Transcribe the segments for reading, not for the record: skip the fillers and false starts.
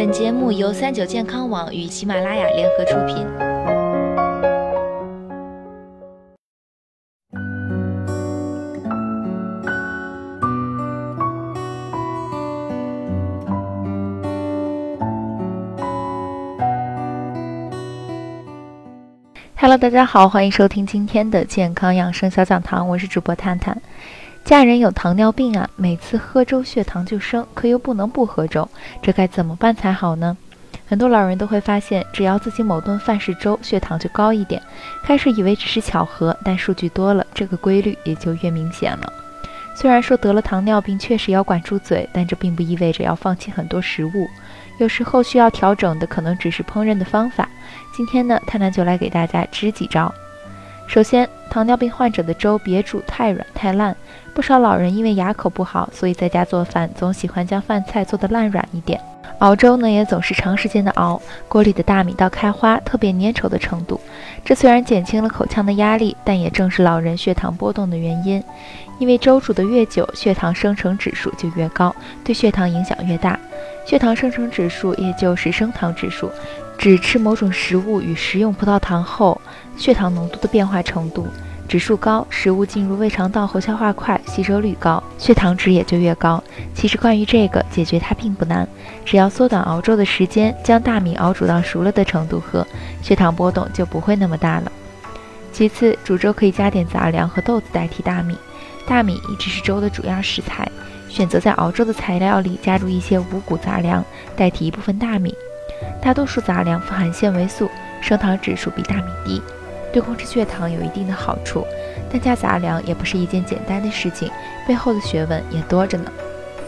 本节目由39健康网与喜马拉雅联合出品。Hello， 大家好，欢迎收听今天的健康养生小讲堂，我是主播探探。家人有糖尿病啊，每次喝粥血糖就升，可又不能不喝粥，这该怎么办才好呢？很多老人都会发现，只要自己某顿饭是粥，血糖就高一点。开始以为只是巧合，但数据多了，这个规律也就越明显了。虽然说得了糖尿病确实要管住嘴，但这并不意味着要放弃很多食物。有时候需要调整的可能只是烹饪的方法。今天呢，探探就来给大家支几招。首先，糖尿病患者的粥别煮太软太烂。不少老人因为牙口不好，所以在家做饭总喜欢将饭菜做得烂软一点。熬粥呢，也总是长时间的熬，锅里的大米到开花，特别粘稠的程度。这虽然减轻了口腔的压力，但也正是老人血糖波动的原因。因为粥煮得越久，血糖生成指数就越高，对血糖影响越大。血糖生成指数也就是升糖指数，指吃某种食物与食用葡萄糖后血糖浓度的变化程度。指数高，食物进入胃肠道后消化快，吸收率高，血糖值也就越高。其实关于这个解决它并不难，只要缩短熬粥的时间，将大米熬煮到熟了的程度喝，血糖波动就不会那么大了。其次，煮粥可以加点杂粮和豆子代替大米。大米一直是粥的主要食材，选择在熬粥的材料里加入一些五谷杂粮，代替一部分大米。大多数杂粮富含纤维素，升糖指数比大米低，对控制血糖有一定的好处，但加杂粮也不是一件简单的事情，背后的学问也多着呢。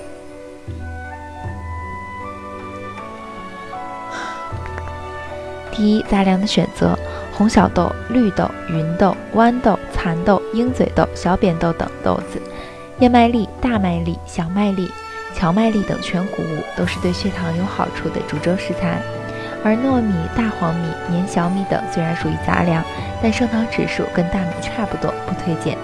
第一，杂粮的选择：红小豆、绿豆、芸豆、豌豆、蚕豆、鹰嘴豆、小扁豆等豆子，燕麦粒、大麦粒、小麦粒、荞麦粒等全谷物都是对血糖有好处的煮粥食材。而糯米、大黄米、粘小米等虽然属于杂粮，但升糖指数跟大米差不多，不推荐。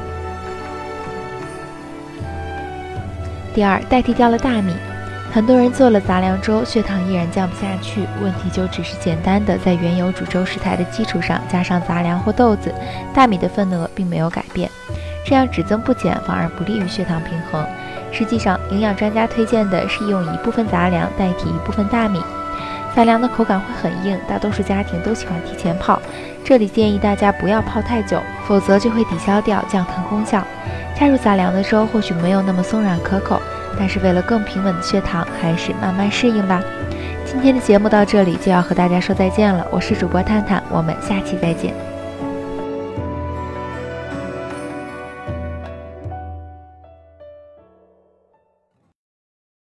第二，代替掉了大米。很多人做了杂粮粥，血糖依然降不下去，问题就只是简单的在原有煮粥食材的基础上加上杂粮或豆子，大米的份额并没有改变，这样只增不减，反而不利于血糖平衡。实际上，营养专家推荐的是用一部分杂粮代替一部分大米。杂粮的口感会很硬，大多数家庭都喜欢提前泡，这里建议大家不要泡太久，否则就会抵消掉降糖功效。加入杂粮的粥或许没有那么松软可口，但是为了更平稳的血糖，还是慢慢适应吧。今天的节目到这里就要和大家说再见了，我是主播探探，我们下期再见。